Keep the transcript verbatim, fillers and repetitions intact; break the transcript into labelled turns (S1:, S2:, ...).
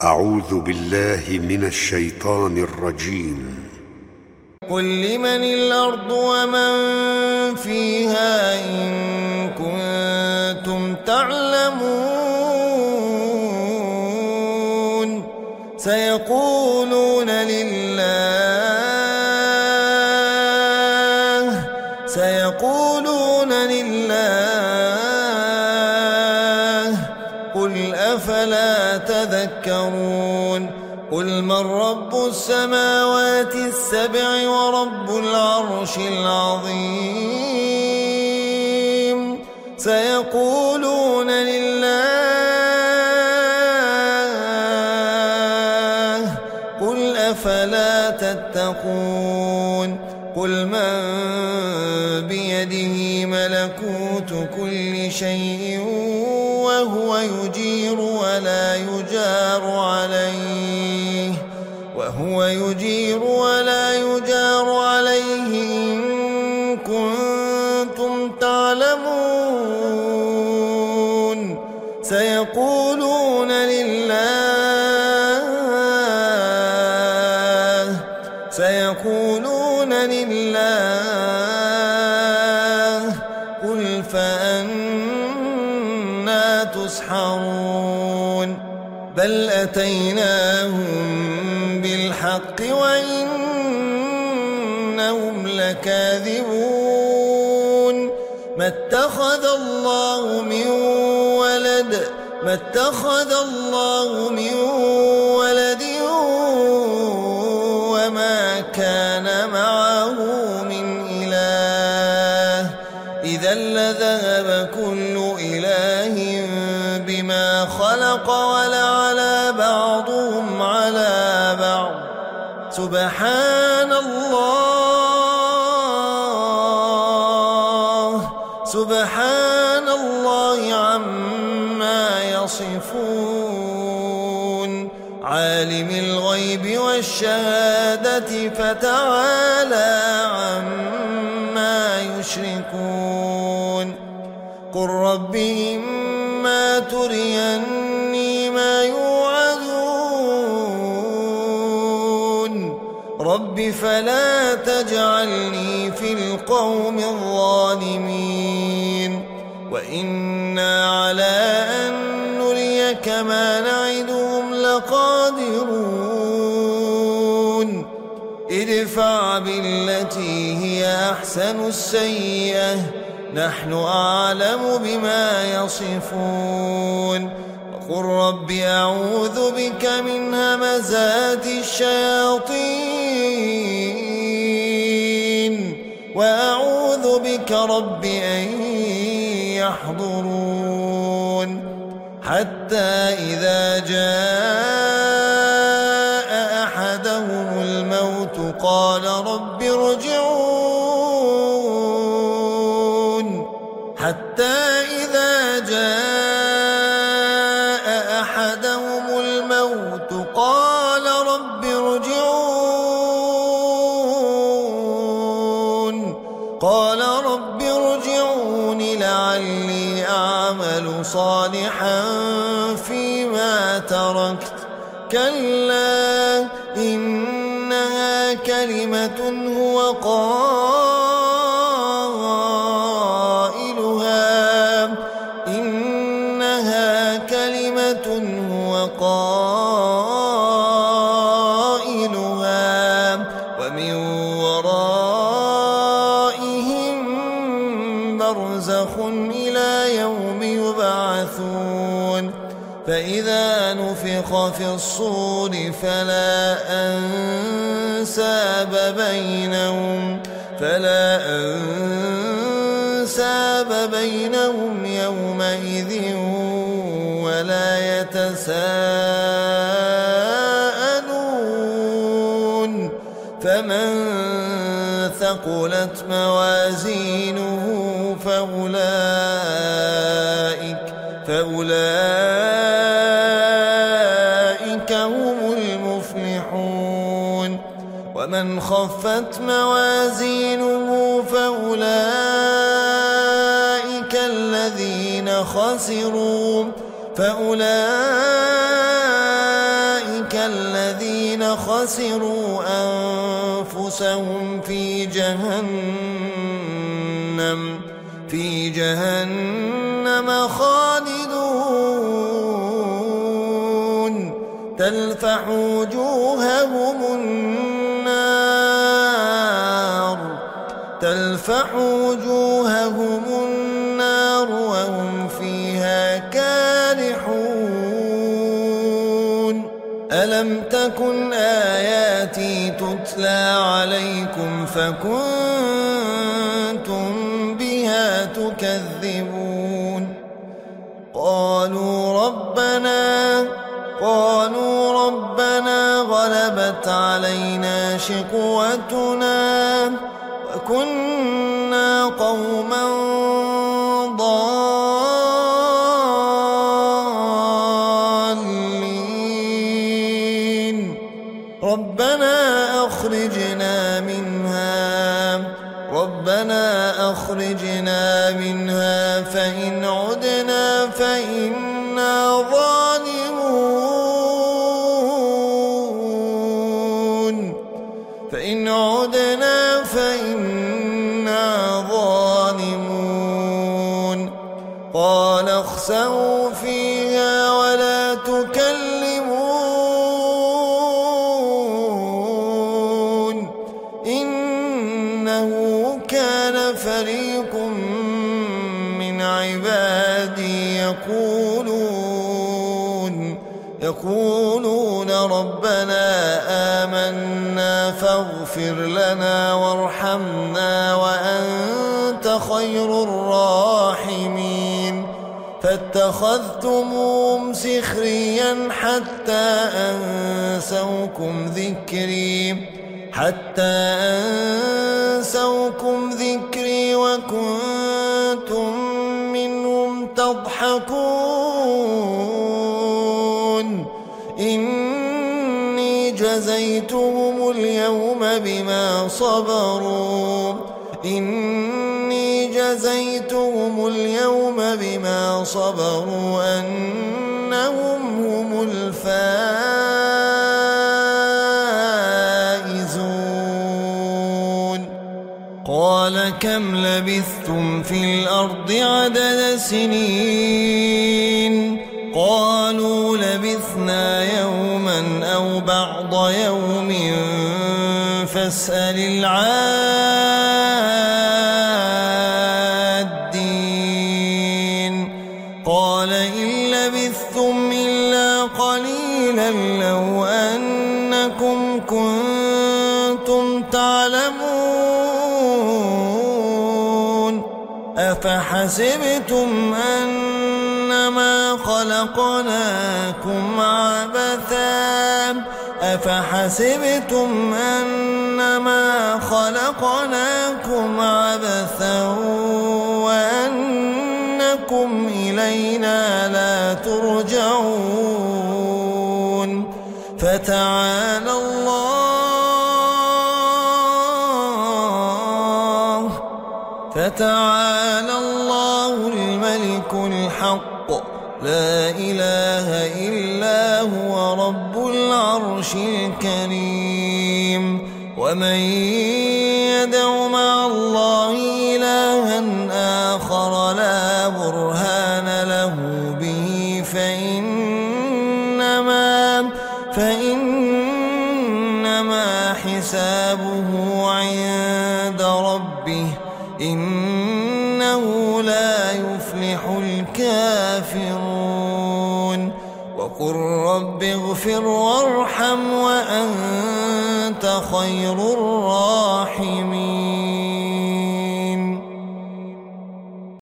S1: أعوذ بالله من الشيطان الرجيم.
S2: قل لمن الأرض ومن فيها إن كنتم تعلمون سيقولون لله سيقولون لله قل أفلا تذكرون قل من رب السماوات السبع ورب العرش العظيم سيقولون لله قل أفلا تتقون قل من بيده ملكوت كل شيء وهو يجير ولا يجار عليه وهو يجير ولا يجار عليه إن كنتم تعلمون سيقولون لله سيقولون لله قل فأنى تسحرون بل أتيناهم بالحق وإنهم لكاذبون ما اتخذ الله من ولد ما اتخذ الله من ولد وما كان معه من إله إذا لذهب كل إله بما خلق ولعلى بعضهم على بعض سبحان الله سبحان الله عما يصفون عالم الغيب والشهادة فتعالى عما يشركون قل رب إما تريني ما يوعدون رب فلا تجعلني في القوم الظالمين وإنا على أن نريك ما نعدهم لقادرون ادفع بالتي هي أحسن السيئة نحن أعلم بما يصفون وقل رب أعوذ بك من همزات الشياطين وأعوذ بك رب أن يحضرون حتى إذا جاء أحدهم الموت قال رب ارجعون حتى إذا جاء أحدهم الموت قال رب ارجعون قال رب ارجعون لعلي أعمل صالحا فيما تركت كلا إنها كلمة هو قائلها إنها كلمة هو قائلها ومن ورائهم برزخ إلى يوم يبعثون فإذا نفخ في الصور فلا أنساب بينهم فلا أنساب بينهم يومئذ ولا يتساءلون فمن ثقلت موازينه فأولئك فأولئك هم المفلحون ومن خفت موازينه فأولئك الذين خسروا فأولئك الذين خسروا أنفسهم في جهنم في جهنم خالدون تلفح وجوههم النار تلفح وجوههم النار وهم فيها كالحون ألم تكن آياتي تتلى عليكم فكنتم بها تكذبون قالوا ربنا قالوا ربنا غلبت علينا شقوتنا وكنا قوما ضالين ربنا أخرجنا منها ربنا أخرجنا منها فإن عدنا فإنا ظالمون فإن عدنا فإنا ظالمون قال اخسئوا فيها ولا تكلمون إنه كان فريق من عبادي يقولون يقولون ربنا آمنا فاغفر لنا وارحمنا وأنت خير الراحمين فاتخذتموهم سخريا حتى أنسوكم ذكري حتى أنسوكم ذكري وكنتم منهم تضحكون إني جزيتهم اليوم بما صبروا إني جزيتهم اليوم بما صبروا أنهم هم الفائزون قال كم لبثتم في الأرض عدد سنين قالوا لبثنا يوما أو بعض يوم فاسأل العادين قال إن لبثتم إلا قليلا لو أنكم كنتم تعلمون أفحسبتم أنما خلقناكم عبثا أفحسبتم أنما خلقناكم عبثا وأنكم إلينا لا ترجعون فتعالى الله فتعالى الله الملك الحق لا إله إلا هو رب العرش الكريم ومن يدع مع الله إلها آخر لا برهان له به فإنما فإنما حسابه عند ربه إنه لا يفلح الكافرون وقل رب اغفر وارحم وأنت خير الراحمين